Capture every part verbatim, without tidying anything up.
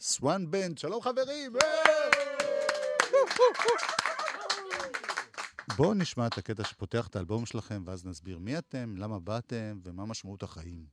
סואן בנד. שלום חברים! בואו נשמע את הקטע שפותח את האלבום שלכם, ואז נסביר מי אתם, למה באתם, ומה משמעות החיים.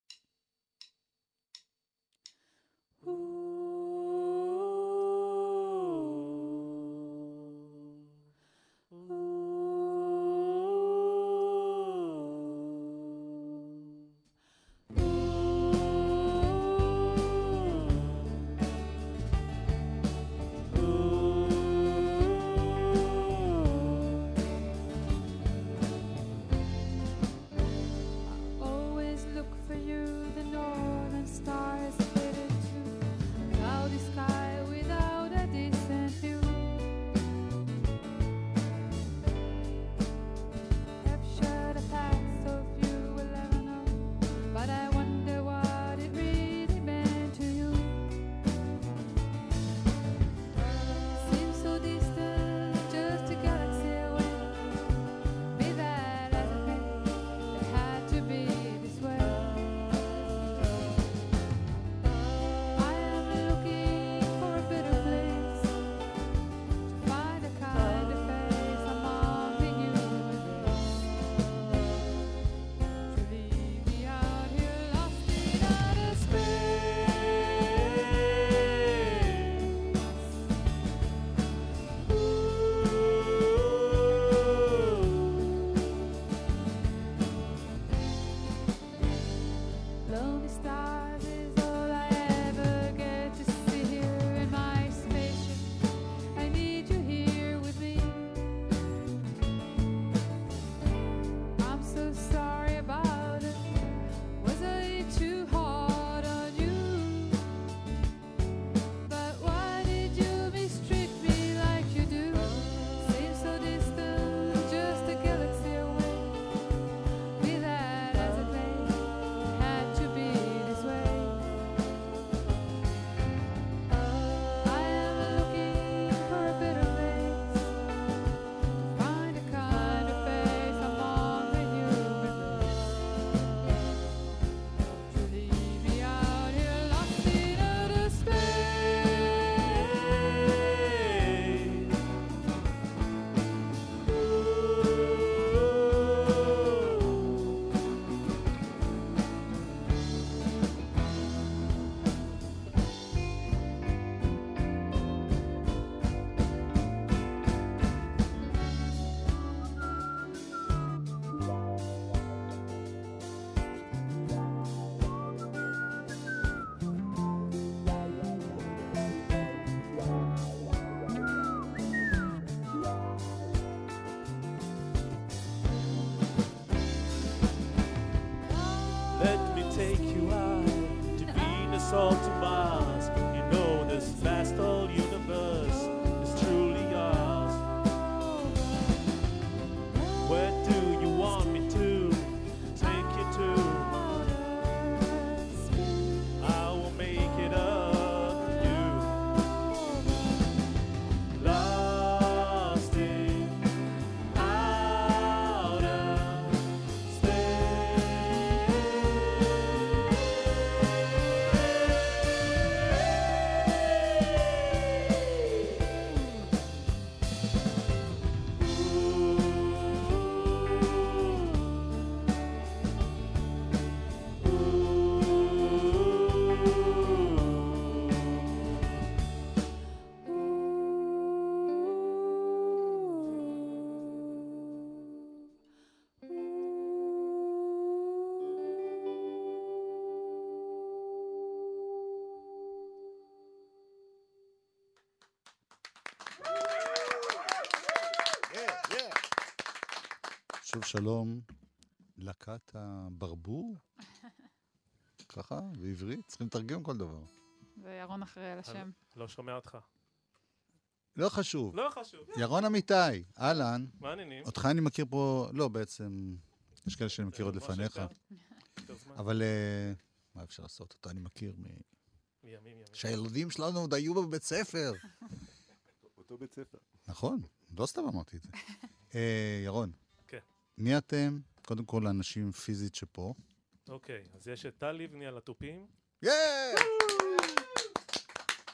All to Mars, you know this vast old universe is truly yours. Where do you want me to take you to? I will make it up to you. Lost in outer שוב שלום, לקת הברבור, ככה, בעברית, צריכים לתרגם כל דבר. וירון אחרי על השם. לא שומע אותך. לא חשוב. לא חשוב. ירון אמיתי, אהלן. מה העניינים? אותך אני מכיר פה, לא בעצם, יש כאלה שאני מכיר עוד לפניך. אבל מה אפשר לעשות? אותה אני מכיר מ... מימים ימים. שהילדים שלנו עוד היו בבית ספר. אותו בית ספר. נכון, לא סתם אמרתי את זה. ירון. כן. מי אתם? קודם כל האנשים פיזית שפה. אוקיי, אז יש את טל לבני על הטופים. יאיי!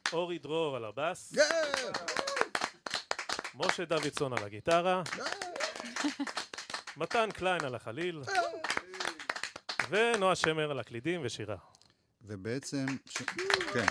אורי דרור על הבאס, משה דוידסון על הגיטרה, מתן קליין על החליל, ונועה שמר על הקלידים ושירה. ובעצם... ש... כן.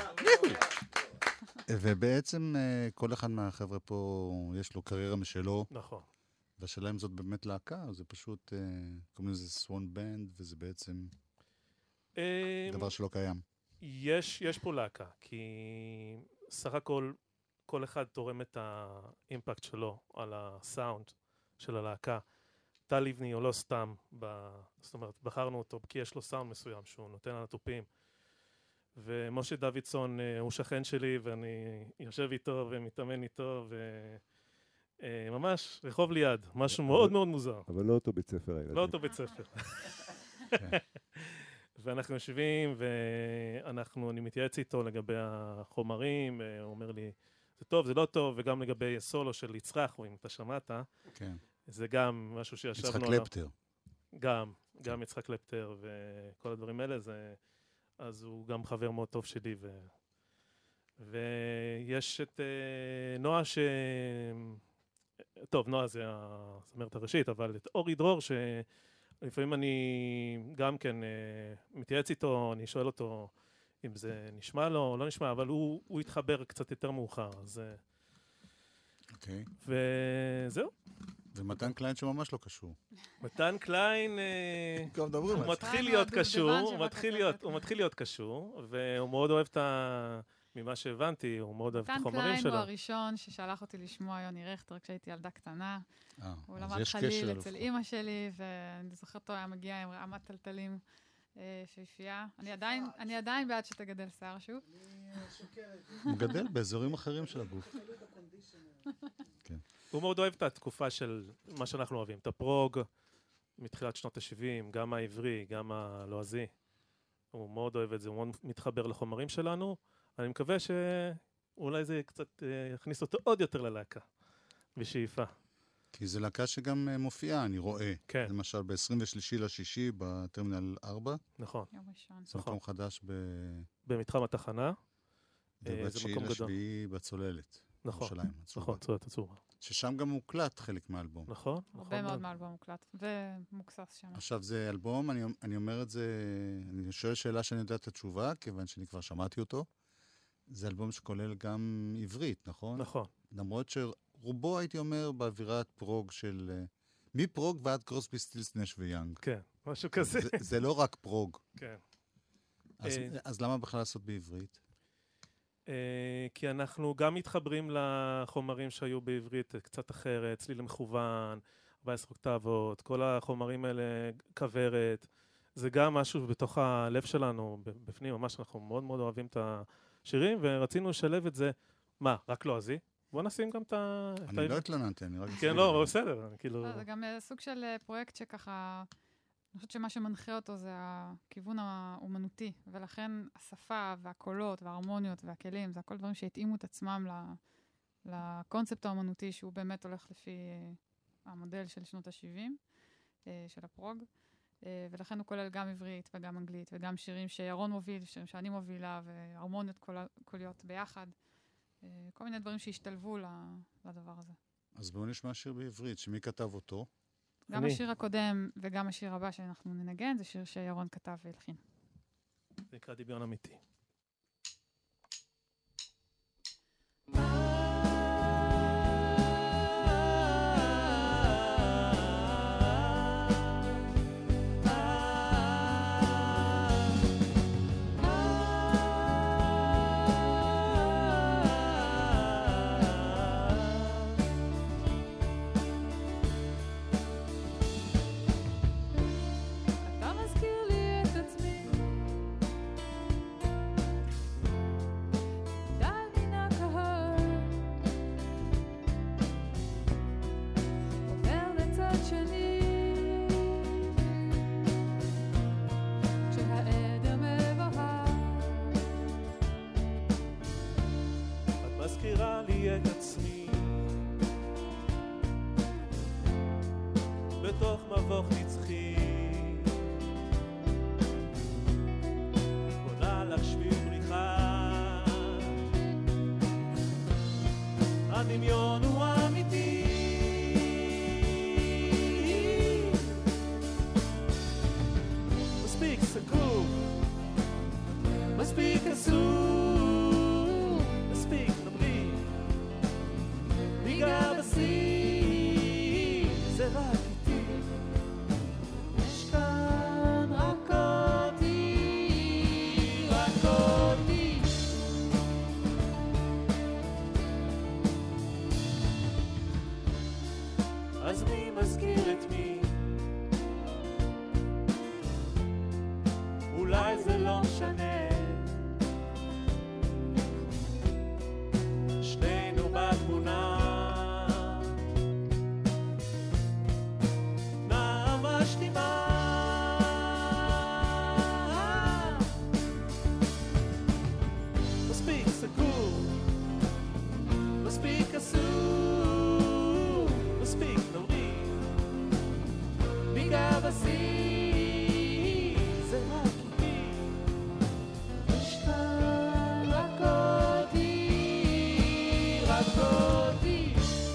ובעצם כל אחד מהחבר'ה פה יש לו קריירה משלו. נכון. והשאלה אם זאת באמת להקה, זה פשוט, קוראים לזה סוון בנד, וזה בעצם דבר שלא קיים. יש, יש פה להקה, כי סך הכל, כל אחד תורם את האימפקט שלו על הסאונד של הלהקה. טל לבני הוא לא סתם, ב... זאת אומרת, בחרנו אותו, כי יש לו סאונד מסוים שהוא נותן על הטופים. ומשה דוידסון הוא שכן שלי, ואני יושב איתו ומתאמן איתו, וממש רחוב ליד, משהו מאוד מאוד מוזר. אבל לא אותו בית ספר הילדים. לא אותו בית ספר. ואנחנו יושבים, ואנחנו, אני מתייעץ איתו לגבי החומרים, הוא אומר לי, זה טוב, זה לא טוב, וגם לגבי סולו של יצחק, אם אתה שמעת, כן. זה גם משהו שישבנו יצחק עליו. קלפטר. גם, גם יצחק קלפטר, וכל הדברים האלה, זה... אז הוא גם חבר מאוד טוב שלי, ו... ויש את uh, נועה ש... טוב, נועה זה הזמרת הראשית, אבל את אורי דרור, שלפעמים אני גם כן uh, מתייעץ איתו, אני שואל אותו אם זה נשמע לו או לא נשמע, אבל הוא, הוא התחבר קצת יותר מאוחר, אז... אוקיי. Okay. וזהו. ומתן קליין שממש לא קשור. מתן קליין, הוא מתחיל להיות קשור, הוא מתחיל להיות קשור, והוא מאוד אוהב את ה... ממה שהבנתי, הוא מאוד אוהב את החומרים שלו. מתן קליין הוא הראשון ששלח אותי לשמוע יוני רכטר כשהייתי ילדה קטנה. הוא למד חליל אצל אמא שלי, ואני זוכרת אותו היה מגיע עם רעמת טלטלים שיפייה. אני עדיין בעד שתגדל שיער שוב. הוא גדל באזורים אחרים של הגוף. כן. הוא מאוד אוהב את התקופה של מה שאנחנו אוהבים, את הפרוג מתחילת שנות ה-שבעים, גם העברי, גם הלועזי. הוא מאוד אוהב את זה, הוא מאוד מתחבר לחומרים שלנו. אני מקווה שאולי זה קצת יכניס אותו עוד יותר ללהקה, בשאיפה. כי זו להקה שגם מופיעה, אני רואה. כן. למשל, ב-עשרים ושלושה לשישי בטרמינל ארבע. נכון. יום ראשון. זה מקום חדש ב... במתחם התחנה. ובתשיעי לשביעי בצוללת. נכון, ירושלים, נכון, צוללת הצורה. ששם גם מוקלט חלק מהאלבום. נכון. הרבה מאוד מהאלבום מוקלט, ומוקסס שם. עכשיו זה אלבום, אני, אני אומר את זה, אני שואל שאלה שאני יודע את התשובה, כיוון שאני כבר שמעתי אותו. זה אלבום שכולל גם עברית, נכון? נכון. למרות שרובו הייתי אומר באווירת פרוג של... מפרוג ועד קרוסבי סטילס נש ויאנג. כן, משהו כזה. זה, זה לא רק פרוג. כן. אז, אז למה בכלל לעשות בעברית? כי אנחנו גם מתחברים לחומרים שהיו בעברית קצת אחרת, צליל מכוון, ארבע עשרה אוקטבות, כל החומרים האלה, כוורת, זה גם משהו בתוך הלב שלנו, בפנים, ממש אנחנו מאוד מאוד אוהבים את השירים, ורצינו לשלב את זה, מה, רק לועזי? בוא נשים גם את ה... אני לא התלוננתי, אני רק... כן, לא, בסדר, כאילו... זה גם סוג של פרויקט שככה... אני חושבת שמה שמנחה אותו זה הכיוון האומנותי, ולכן השפה והקולות וההרמוניות והכלים, זה הכל דברים שהתאימו את עצמם לקונספט האומנותי, שהוא באמת הולך לפי המודל של שנות ה-שבעים, של הפרוג, ולכן הוא כולל גם עברית וגם אנגלית, וגם שירים שירון מוביל, שירים שאני מובילה, והרמוניות קוליות ביחד, כל מיני דברים שהשתלבו לדבר הזה. אז בואו נשמע שיר בעברית, שמי כתב אותו? גם אני. השיר הקודם וגם השיר הבא שאנחנו ננגן, זה שיר שירון כתב והלחין. זה נקרא דמיון אמיתי. הדמיון הוא אמיתי. מספיק סגור, מספיק אסור, מספיק נמריא, ניגע בשיא, זה רק איתי. יש כאן רק אותי, רק אותי. אז מי מזכיר את מי? אולי זה לא משנה, שנינו בתמונה, נעמה משלימה. מספיק סגור, מספיק אסור, מספיק נורי, ניגע בשיא, זה רק איתי. יש כאן רק אותי, רק אותי.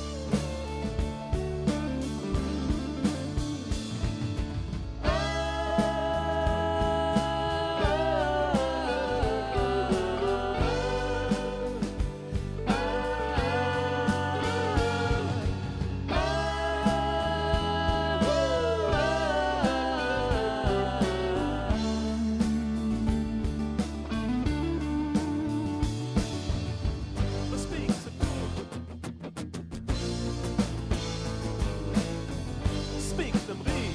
מספיק סגור, מספיק תמריא,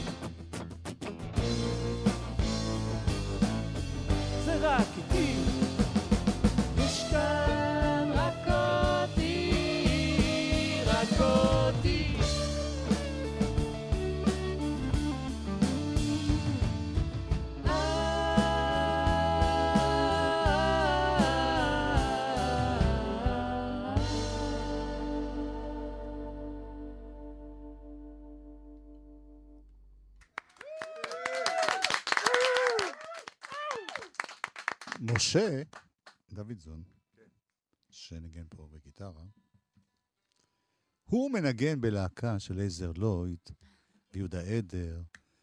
זה רק איתי. יש כאן רק אותי, רק אותי. משה דוידזון, שנגן פה בגיטרה, הוא מנגן בלהקה של לייזר לויד, ויהודה עדר,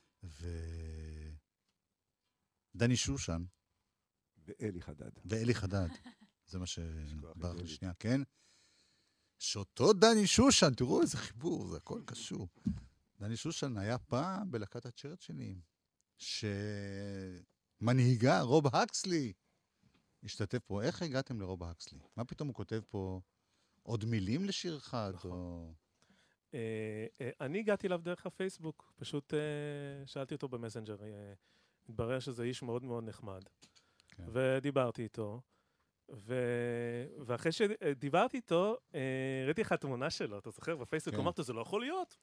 ודני שושן, ואלי חדד. ואלי חדד. זה מה שכוח שברח אלי. לשנייה, כן? שאותו דני שושן, תראו איזה חיבור, זה הכל קשור. דני שושן היה פעם בלהקת הצ'רצ'ילים, שמנהיגה רוב הקסלי השתתף פה. איך הגעתם לרוב הקסלי? מה פתאום הוא כותב פה עוד מילים לשיר אחד? נכון. או... אה, אה, אני הגעתי אליו דרך הפייסבוק, פשוט אה, שאלתי אותו במסנג'ר, אה, התברר שזה איש מאוד מאוד נחמד, כן. ודיברתי איתו, ו... ואחרי שדיברתי איתו, אה, ראיתי לך תמונה שלו, אתה זוכר? בפייסבוק כן. אמרת, זה לא יכול להיות.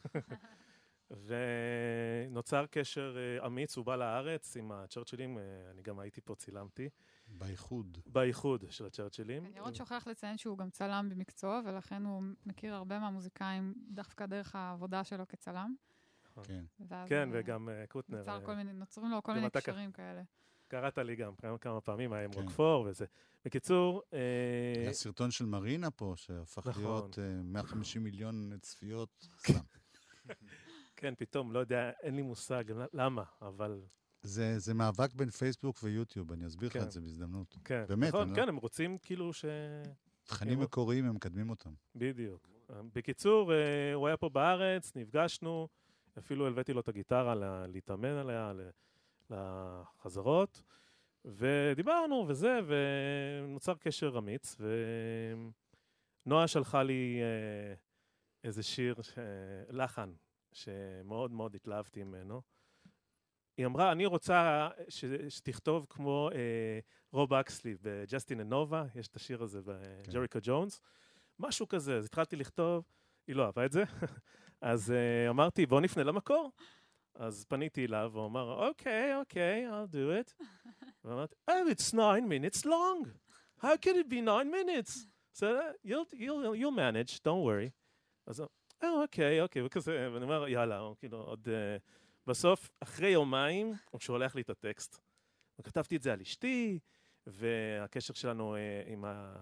ונוצר קשר אה, אמיץ, הוא בא לארץ עם הצ'רצ'ילים, אה, אני גם הייתי פה, צילמתי, באיחוד. באיחוד של הצ'רצ'ילים. ירון שוכח לציין שהוא גם צלם במקצוע, ולכן הוא מכיר הרבה מהמוזיקאים דווקא דרך העבודה שלו כצלם. כן. ואז כן, אה, וגם אה, קוטנר. נוצר אה, כל מיני, נוצרים לו כל גם מיני אתה כ- קשרים כאלה. קראת לי גם כמה, כמה פעמים, היה עם כן. רוקפור וזה. בקיצור, אה, היה סרטון של מרינה פה, שהפך נכון. להיות אה, מאה וחמישים מיליון צפיות. סתם. כן, פתאום, לא יודע, אין לי מושג למה, אבל זה, זה מאבק בין פייסבוק ויוטיוב, אני אסביר לך כן. את זה בהזדמנות. כן, באמת, נכון, אני לא- כן, הם רוצים כאילו ש... תכנים ירוק. מקוריים, הם מקדמים אותם. בדיוק. בקיצור, אה, הוא היה פה בארץ, נפגשנו, אפילו הלוויתי לו את הגיטרה לה- להתאמן עליה, ל- לחזרות, ודיברנו וזה, ונוצר קשר אמיץ, ונועה שלחה לי אה, איזה שיר, ש... לחן, שמאוד מאוד התלהבתי ממנו. היא אמרה, אני רוצה ש... שתכתוב כמו אה, רוב אקסלי בג'סטין אנובה, יש את השיר הזה בג'ריקו ג'ונס, משהו כזה, אז התחלתי לכתוב, היא לא אהבה את זה, אז uh, אמרתי, בוא נפנה למקור. אז פניתי אליו, והוא אמר, אוקיי, אוקיי, I'll do it. ואמרתי, oh, it's nine minutes long. How could it be nine minutes? So you'll, you'll, you'll manage, don't worry. אז הוא, אה, אוקיי, אוקיי, וכזה, ואני אומר, יאללה, הוא כאילו עוד... Uh, בסוף, אחרי יומיים, הוא שולח לי את הטקסט. וכתבתי את זה על אשתי, והקשר שלנו uh, עם ה...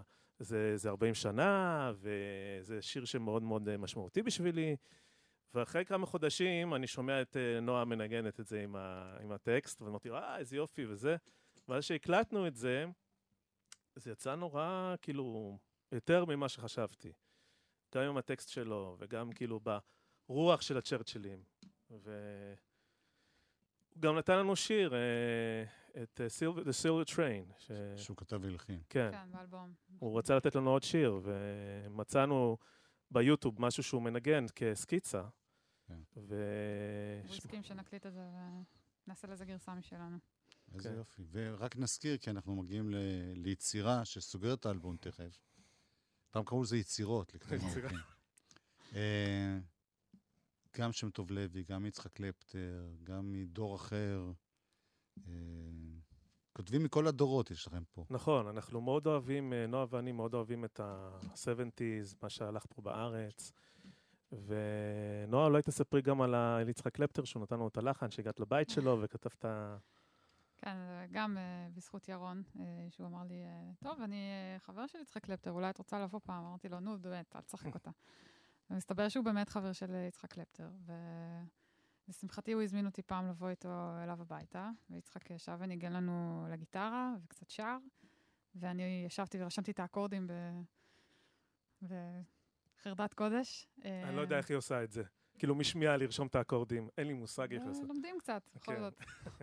זה, זה ארבעים שנה, וזה שיר שמאוד מאוד משמעותי בשבילי. ואחרי כמה חודשים אני שומע את נועה מנגנת את זה עם, ה, עם הטקסט, ואמרתי, אה, איזה יופי וזה. ואז שהקלטנו את זה, זה יצא נורא, כאילו, יותר ממה שחשבתי. גם עם הטקסט שלו, וגם כאילו ברוח של הצ'רצ'ילים. ו... הוא גם נתן לנו שיר, את The Silver Train. ש... שהוא כתב והלחין. כן. כן, באלבום. הוא רצה לתת לנו עוד שיר, ומצאנו ביוטיוב משהו שהוא מנגן כסקיצה. כן. ו... הוא הסכים שנקליט את זה ונעשה לזה גרסה משלנו. איזה כן. יופי. ורק נזכיר, כי אנחנו מגיעים ל... ליצירה שסוגרת את האלבום תכף. פעם קראו לזה יצירות. יצירה. אה, גם שם טוב לוי, גם יצחק קלפטר, גם מדור אחר. אה, כותבים מכל הדורות יש לכם פה. נכון, אנחנו מאוד אוהבים, נועה ואני מאוד אוהבים את ה-שבעים, מה שהלך פה בארץ. ונועה, אולי תספרי גם על ה- על יצחק קלפטר, שהוא נתן לנו את הלחן, שהגעת לבית שלו וכתבת... כן, גם uh, בזכות ירון, uh, שהוא אמר לי, uh, טוב, אני uh, חבר של יצחק קלפטר, אולי את רוצה לבוא פעם? אמרתי לו, נו, באמת, אל תשחק אותה. ומסתבר שהוא באמת חבר של יצחק קלפטר, ולשמחתי הוא הזמין אותי פעם לבוא איתו אליו הביתה, ויצחק ישב וניגן לנו לגיטרה, וקצת שר, ואני ישבתי ורשמתי את האקורדים ב... בחרדת קודש. אני לא יודע איך היא עושה את זה. כאילו משמיעה לרשום את האקורדים, אין לי מושג איך לעשות. לומדים קצת, בכל כן. זאת.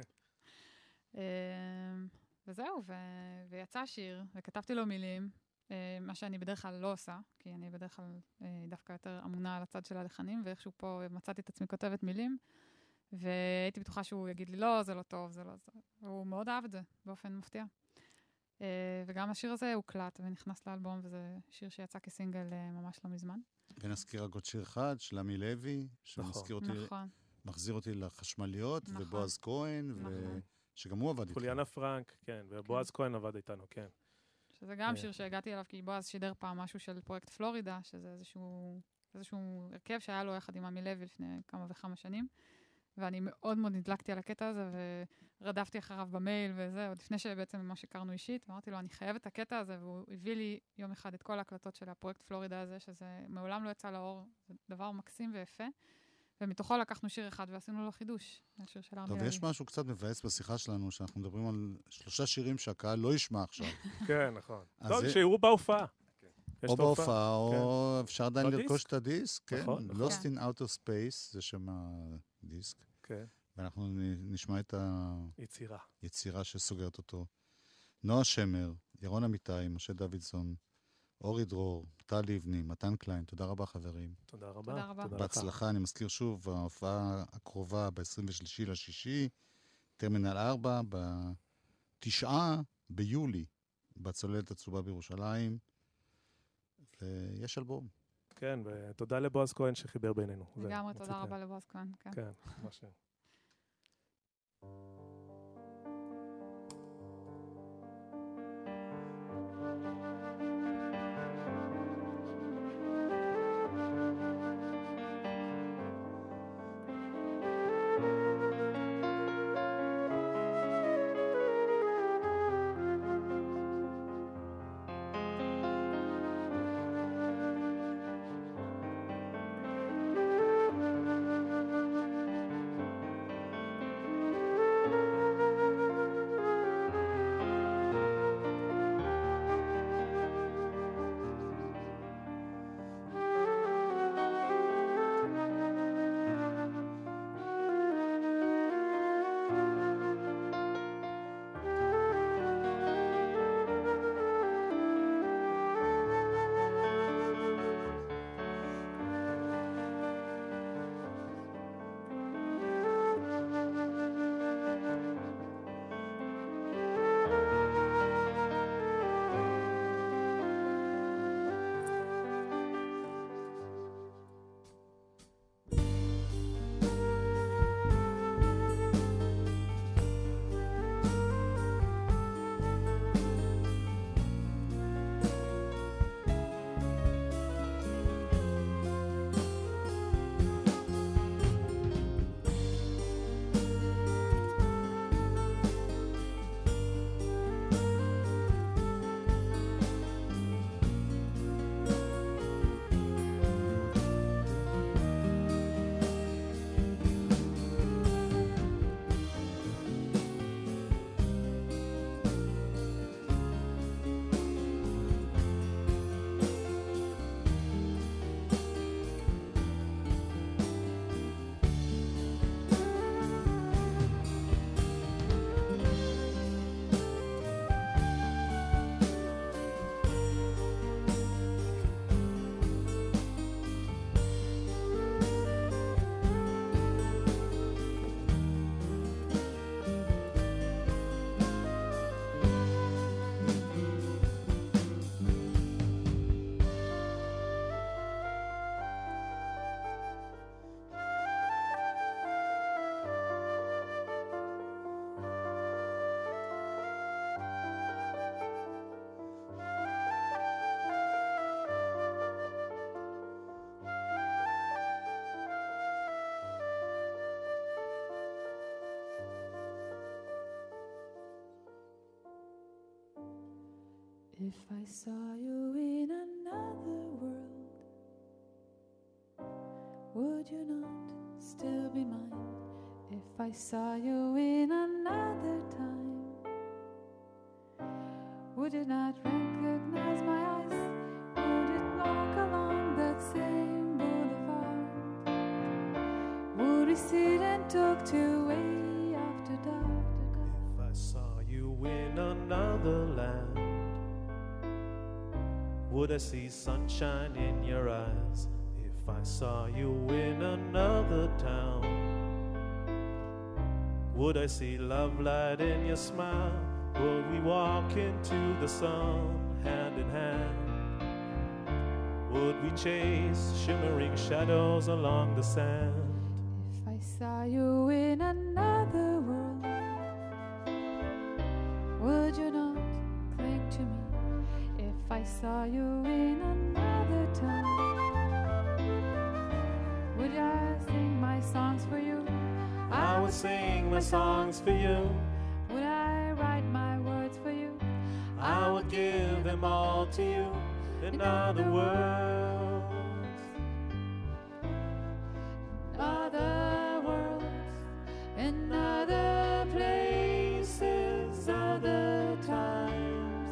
וזהו, ו- ויצא שיר, וכתבתי לו מילים, מה שאני בדרך כלל לא עושה, כי אני בדרך כלל דווקא יותר אמונה על הצד של הלחנים, ואיכשהו פה מצאתי את עצמי כותבת מילים, והייתי בטוחה שהוא יגיד לי, לא, זה לא טוב, זה לא זה. והוא מאוד אהב את זה, באופן מפתיע. וגם השיר הזה הוקלט ונכנס לאלבום, וזה שיר שיצא כסינגל ממש לא מזמן. ונזכיר רק עוד שיר אחד, של עמי לוי, שמזכיר אותי, נכון. מחזיר אותי לחשמליות, נכון. ובועז כהן, נכון. שגם הוא עבד איתך. חוליאנה פרנק, כן, ובועז כהן עבד איתנו, כן. שזה גם שיר שהגעתי אליו, כי בועז שידר פעם משהו של פרויקט פלורידה, שזה איזשהו, איזשהו הרכב שהיה לו יחד עם עמי לוי לפני כמה וכמה שנים, ואני מאוד מאוד נדלקתי על הקטע הזה, ורדפתי אחריו במייל וזה, עוד לפני שבעצם מה שהכרנו אישית, ואמרתי לו, אני חייב את הקטע הזה, והוא הביא לי יום אחד את כל ההקלטות של הפרויקט פלורידה הזה, שזה מעולם לא יצא לאור, זה דבר מקסים ויפה, ומתוכו לקחנו שיר אחד ועשינו לו חידוש, השיר של עמי לוי. טוב, יש משהו קצת מבאס בשיחה שלנו, שאנחנו מדברים על שלושה שירים שהקהל לא ישמע עכשיו. כן, נכון. אז טוב, זה- שיראו בהופעה. יש או את ההופעה. בהופעה, או אפשר עדיין בדיסק. לרכוש את הדיסק, כן. נכון, נכון. Lost in Outer Space, זה שם הדיסק. כן, ואנחנו נ- נשמע את יצירה. היצירה שסוגרת אותו. נועה שמר, ירון אמיתי, משה דוידסון, אורי דרור, טל לבני, מתן קליין, תודה רבה חברים. תודה רבה. תודה רבה. לך. בהצלחה, אני מזכיר שוב, ההופעה הקרובה ב-עשרים ושלושה לשישי, טרמינל ארבע, בתשעה ביולי, בצוללת הצהובה בירושלים, ויש אלבום. כן, ותודה לבועז כהן שחיבר בינינו. זה לגמרי, רציתי- תודה רבה לבועז כהן. כן. כן, ממש. Thank If I saw you in another world, would you not still be mine? If I saw you in another time, would you not recognize my eyes? Would it walk along that same boulevard? Would we sit and talk till way after dark? If I saw you in another land, would I see sunshine in your eyes? If I saw you in another town, would I see love light in your smile? Would we walk into the sun hand in hand? Would we chase shimmering shadows along the sand? If I saw you in another world, would you not cling to me? If I saw you in another town, would I sing my songs for you? I would sing my songs for you. Would I write my words for you? I would give them all to you. In other words, other worlds, in other places, other times,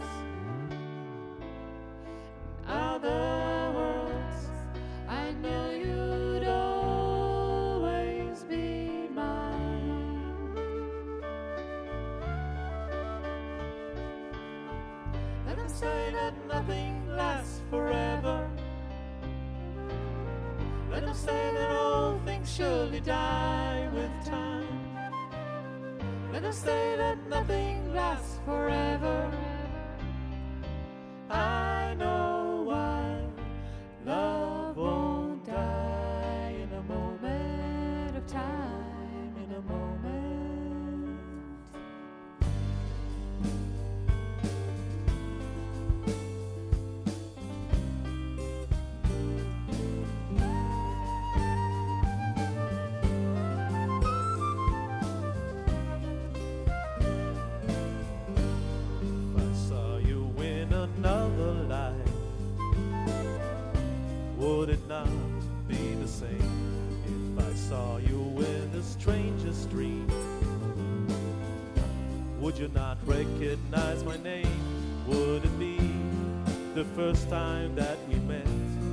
other worlds, I know you'd always be mine. let them say that nothing lasts forever. Let them say that all things surely die with time. Let them say that nothing lasts forever. I know why love won't die in a moment of time, in a moment. If I saw you in another life, would it not be the same? If I saw you in the strangest dream, would you not recognize my name? Would it be the first time that we met?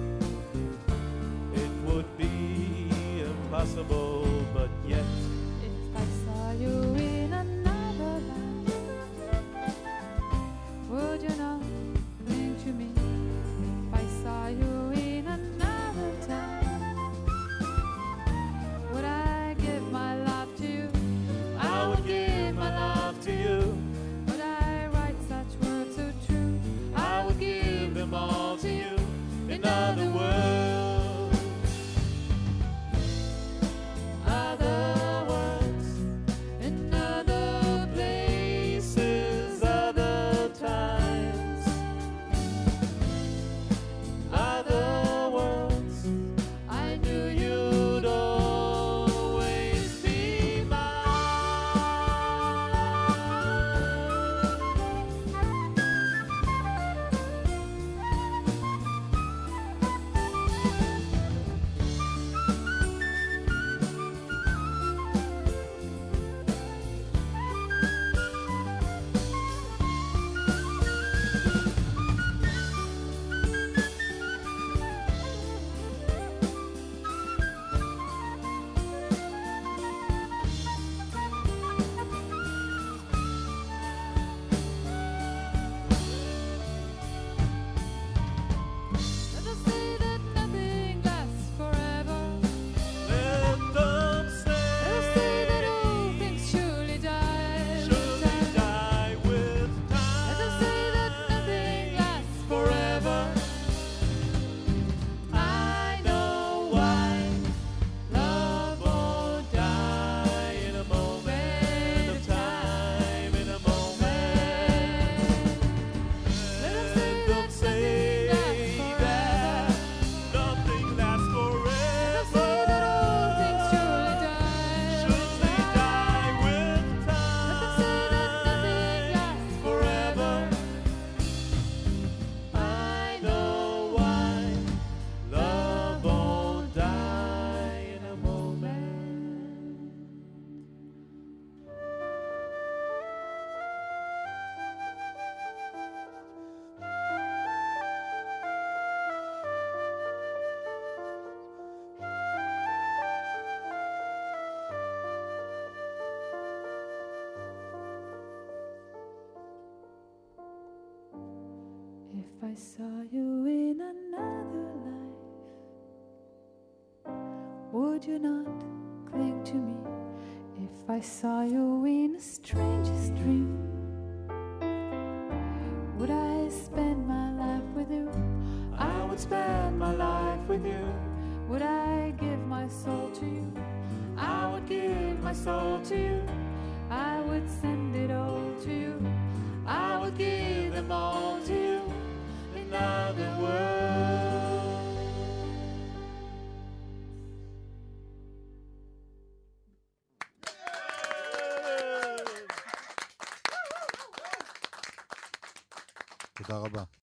It would be impossible, but yet If I saw you in another land, would you not cling to me? If I saw you in another time, would I give my love to you? I would give my love to you. Would I write such words so true? I would give them all to you. In other words, Other words, in other places, other times, other worlds, I knew you. you'd always be mine. I saw you in another life, would you not cling to me? If I saw you in a stranger's dream, would I spend my life with you? I would spend my life with you. Would I give my soul to you? I would give my soul to you. I would send it all to you. I would give them all to you. In other words, תודה רבה.